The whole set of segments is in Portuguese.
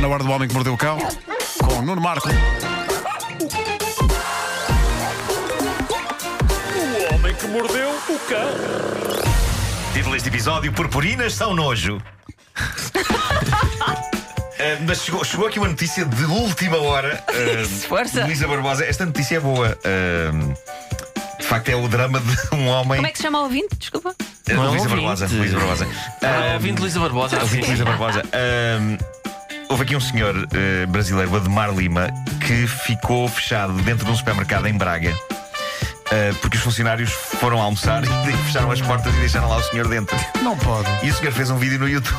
na hora do Homem que Mordeu o Cão, com Nuno Marco. O Homem que Mordeu o Cão. Título deste episódio: Purpurinas são nojo. Mas chegou aqui uma notícia de última hora. Força. Luísa Barbosa, esta notícia é boa. De facto, é o drama de um homem. Como é que se chama o ouvinte? Desculpa. Luísa Barbosa. Luísa Barbosa. Ouvinte Luísa Barbosa. Ouvinte Luísa Barbosa. Houve aqui um senhor brasileiro, Ademar Lima, que ficou fechado dentro de um supermercado em Braga. Porque os funcionários foram almoçar e fecharam as portas e deixaram lá o senhor dentro. Não pode. E o senhor fez um vídeo no YouTube.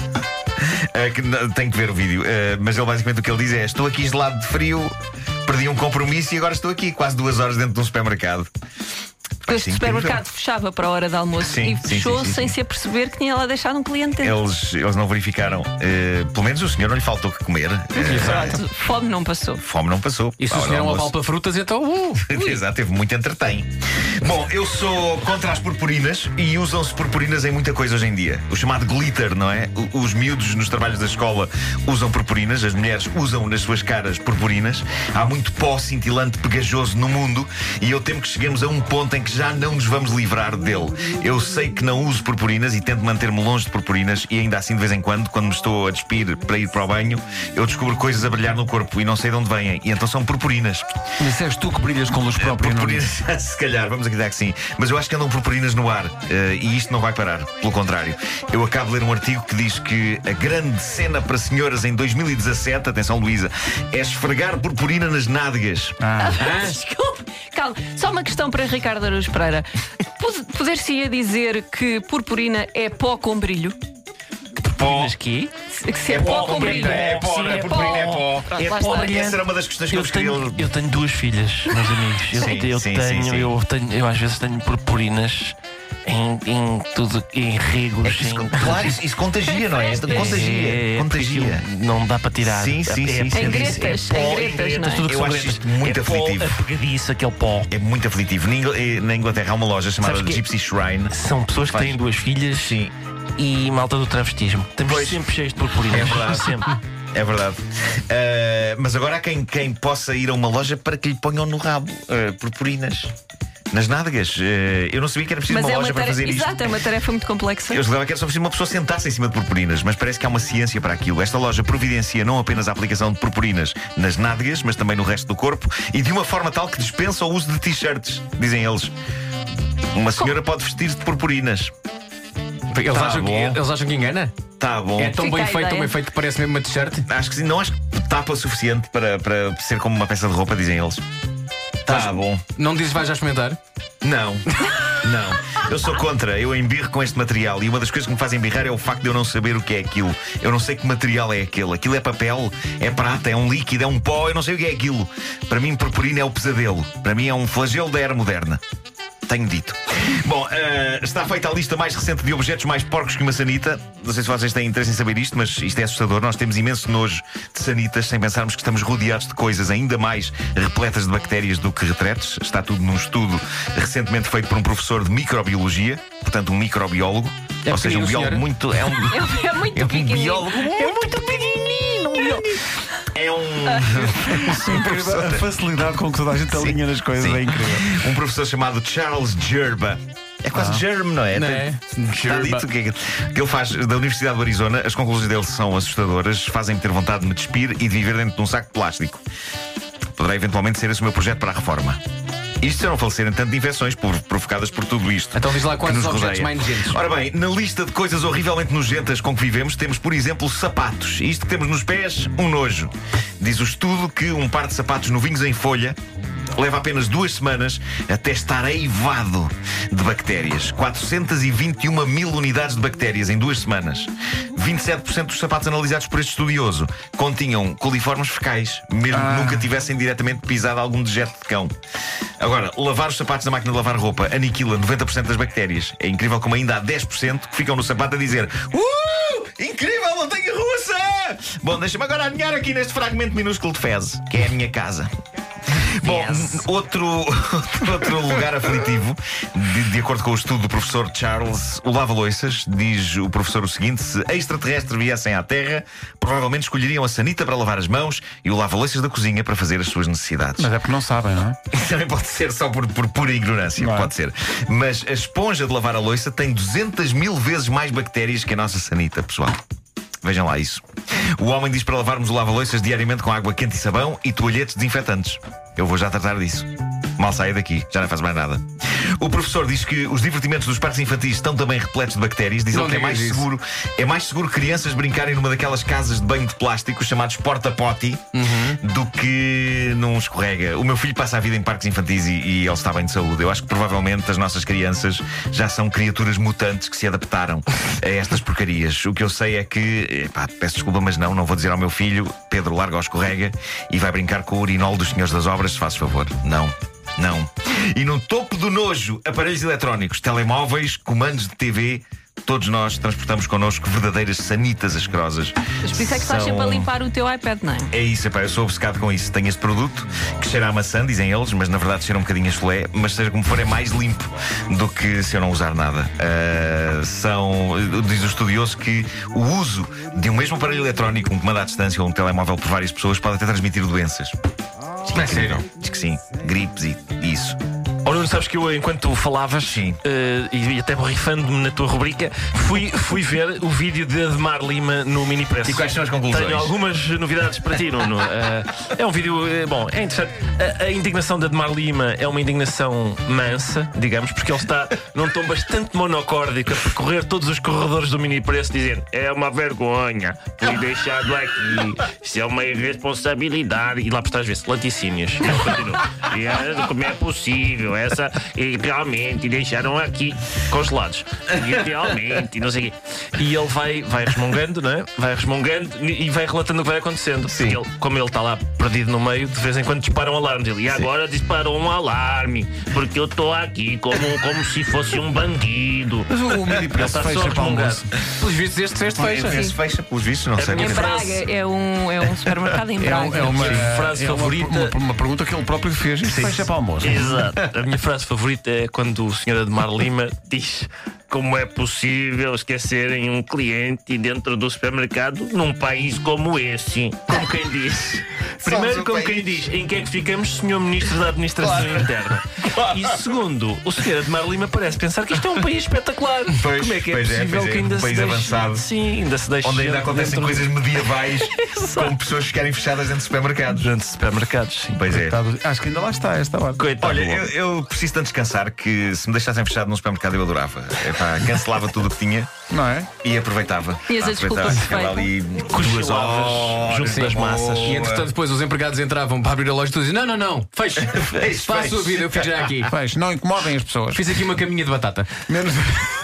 Tem que ver o vídeo. Mas ele basicamente o que ele diz é: estou aqui gelado de frio, perdi um compromisso e agora estou aqui quase 2 horas dentro de um supermercado. Este supermercado fechava para a hora de almoço Sim, e sim, fechou sim. sem se aperceber que tinha lá deixado um cliente dentro. Eles não verificaram. Pelo menos o senhor não lhe faltou que comer. Exato. Fome não passou. Fome não passou. E se o Hora do senhor é uma almoço. palpa frutas, então. Exato, teve muito entretém. Bom, eu sou contra as purpurinas e usam-se purpurinas em muita coisa hoje em dia. O chamado glitter, não é? Os miúdos nos trabalhos da escola usam purpurinas, as mulheres usam nas suas caras purpurinas. Há muito pó cintilante pegajoso no mundo e eu temo que cheguemos a um ponto em que já não nos vamos livrar dele. Eu sei que não uso purpurinas e tento manter-me longe de purpurinas e ainda assim de vez em quando me estou a despir para ir para o banho, eu descubro coisas a brilhar no corpo e não sei de onde vêm. E então são purpurinas. Mas és tu que brilhas com luz própria, não é? Purpurinas, se calhar, vamos acreditar que sim. Mas eu acho que andam purpurinas no ar e isto não vai parar. Pelo contrário, eu acabo de ler um artigo que diz que a grande cena para senhoras em 2017, atenção Luísa, é esfregar purpurina nas nádegas. Desculpe, calma. Só uma questão para Ricardo Araújo Pereira. Poder-se-ia dizer que purpurina é pó com brilho? Pó. Mas que? Que se é pó com brilho? É pó, Sim, não é purpurina, é pó. Pronto, É lá pó. está. Essa era uma das questões que Eu tenho 2 filhas, meus amigos. Eu às vezes tenho purpurinas em tudo, em regos. Claro, isso contagia, não é? Contagia. Não dá para tirar. Sim. Em gretas, pó, em gretas, não é? tudo que Eu são acho gretas. isto muito aflitivo. É pegadiço, aquele pó. É muito aflitivo. Na Inglaterra há uma loja chamada Sabes que Gypsy Shrine. São pessoas que Faz. têm 2 filhas. Sim. E malta do travestismo. Estamos Pois. sempre cheios de purpurinas. É verdade. Sempre. É verdade. Mas agora há quem possa ir a uma loja para que lhe ponham no rabo purpurinas. Nas nádegas. Eu não sabia que era preciso Mas uma é loja uma para fazer tarefa, isto. exato, é uma tarefa muito complexa. Eu julgava que era só preciso uma pessoa sentar-se em cima de purpurinas, mas parece que há uma ciência para aquilo. Esta loja providencia não apenas a aplicação de purpurinas nas nádegas, mas também no resto do corpo e de uma forma tal que dispensa o uso de t-shirts, dizem eles. Uma senhora pode vestir-se de purpurinas. Eles, Tá acham bom. eles acham que engana? Tá bom. É tão Fica bem a feito, ideia. tão bem feito que parece mesmo uma t-shirt. Acho que sim, não acho que tapa o suficiente para ser como uma peça de roupa, dizem eles. Tá bom. Não dizes vais já experimentar? Não. Eu sou contra, eu embirro com este material. E uma das coisas que me faz embirrar é o facto de eu não saber o que é aquilo. Eu não sei que material é aquele. Aquilo é papel, é prata, é um líquido, é um pó. Eu não sei o que é aquilo. Para mim, purpurina é o pesadelo. Para mim, é um flagelo da era moderna. Tenho dito. Bom, está feita a lista mais recente de objetos mais porcos que uma sanita. Não sei se vocês têm interesse em saber isto, mas isto é assustador. Nós temos imenso nojo de sanitas sem pensarmos que estamos rodeados de coisas ainda mais repletas de bactérias do que retretes. Está tudo num estudo recentemente feito por um professor de microbiologia, portanto um microbiólogo. É Ou seja, um pequenino, biólogo senhora? muito. É muito É um pequenino. biólogo muito pequenino. É Incrível. A facilidade com que toda a gente alinha nas coisas é incrível. um professor chamado Charles Gerba. É quase germ, não é? Não é? Está dito o que é que ele faz da Universidade do Arizona. As conclusões dele são assustadoras, fazem-me ter vontade de me despir e de viver dentro de um saco de plástico. Poderá eventualmente ser esse o meu projeto para a reforma. Isto se eu não falecerem tanto de infecções provocadas por tudo isto. Então diz lá que quais nos os objetos rodeia. mais nojentos. Ora bem, na lista de coisas horrivelmente nojentas com que vivemos, temos, por exemplo, sapatos. Isto que temos nos pés, um nojo. Diz o estudo que um par de sapatos novinhos em folha leva apenas 2 semanas até estar eivado de bactérias. 421 mil unidades de bactérias em 2 semanas. 27% dos sapatos analisados por este estudioso continham coliformes fecais, mesmo que nunca tivessem diretamente pisado algum dejeto de cão. Agora, lavar os sapatos na máquina de lavar roupa aniquila 90% das bactérias. É incrível como ainda há 10% que ficam no sapato a dizer: incrível, montanha russa! Bom, deixa-me agora aninhar aqui neste fragmento minúsculo de fezes, que é a minha casa. Bom, outro lugar aflitivo, de acordo com o estudo do professor Charles, o lava-loiças, diz o professor o seguinte: se extraterrestres viessem à Terra, provavelmente escolheriam a sanita para lavar as mãos e o lava-loiças da cozinha para fazer as suas necessidades. Mas é porque não sabem, não é? Também pode ser só por pura ignorância, pode ser. Mas a esponja de lavar a louça tem 200.000 vezes mais bactérias que a nossa sanita, pessoal. Vejam lá isso. O homem diz para lavarmos o lava-loiças diariamente com água quente e sabão e toalhetes desinfetantes. Eu vou já tratar disso. Mal saia daqui, já não faz mais nada. O professor diz que os divertimentos dos parques infantis estão também repletos de bactérias. Diz ele que é mais seguro crianças brincarem numa daquelas casas de banho de plástico chamados porta-potty do que num escorrega. O meu filho passa a vida em parques infantis e ele está bem de saúde. Eu acho que provavelmente as nossas crianças já são criaturas mutantes que se adaptaram a estas porcarias. O que eu sei é que, peço desculpa, mas não vou dizer ao meu filho: Pedro, larga o escorrega e vai brincar com o urinol dos senhores das obras, se faz favor. Não. E no topo do nojo, aparelhos eletrónicos, telemóveis, comandos de TV. Todos nós transportamos connosco verdadeiras sanitas asquerosas. Mas por isso é que estás sempre a limpar o teu iPad, não é? É isso, eu sou obcecado com isso. Tenho este produto que cheira a maçã, dizem eles, mas na verdade cheira um bocadinho a chulé. Mas seja como for, é mais limpo do que se eu não usar nada. Diz o estudioso que o uso de um mesmo aparelho eletrónico, um comando à distância ou um telemóvel por várias pessoas pode até transmitir doenças. Não é sério? Diz que sim, gripes e isso. Oh, Nuno, sabes que eu, enquanto tu falavas, e até borrifando-me na tua rubrica, fui ver o vídeo de Ademar Lima no Mini Press. E quais são as conclusões? Tenho algumas novidades para ti, Nuno. É um vídeo, bom, é interessante. A indignação de Ademar Lima é uma indignação mansa, digamos, porque ele está num tom bastante monocórdico a percorrer todos os corredores do Mini Press, dizendo: é uma vergonha, fui deixado aqui, isso é uma irresponsabilidade. E lá por trás vê-se laticínios. E como é possível? E realmente deixaram aqui congelados. E realmente, não sei o quê. E ele vai resmungando, não é? Vai resmungando e vai relatando o que vai acontecendo. Sim. Ele, como ele está lá perdido no meio, de vez em quando dispara um alarme. E agora disparou um alarme, porque eu estou aqui como se fosse um bandido. Mas o Mini Press fecha para o almoço. Pelos vistos, este fecha. Esse fecha, pelos vistos, não sei. Em Braga é um supermercado em Braga. É uma frase favorita. Uma pergunta que ele próprio fez. Isto fecha para o almoço. Exato. A minha frase favorita é quando o Sr. Ademar Lima diz: como é possível esquecerem um cliente dentro do supermercado num país como esse? Como quem diz. Primeiro, como quem diz: em que é que ficamos, Sr. Ministro da Administração Interna? E segundo, o Sr. Ademar Lima parece pensar que isto é um país espetacular. Pois, como é que é pois possível que ainda um se país deixe... avançado. Sim, ainda se deixe. Onde ainda acontecem dentro coisas medievais, como pessoas ficarem fechadas dentro de supermercados. dentro de supermercados, sim. Pois é. Acho que ainda lá está esta hora. Coitado. Olha, eu preciso tanto descansar que se me deixassem fechado num supermercado eu adorava. Cancelava tudo o que tinha Não é? e aproveitava. E as desculpas Ficava ali 2 horas junto das massas. E entretanto, depois os empregados entravam para abrir a loja e tu dizias: não, feche. Faça a sua vida, eu fiz já aqui. Não incomodem as pessoas. Fiz aqui uma caminha de batata. Menos.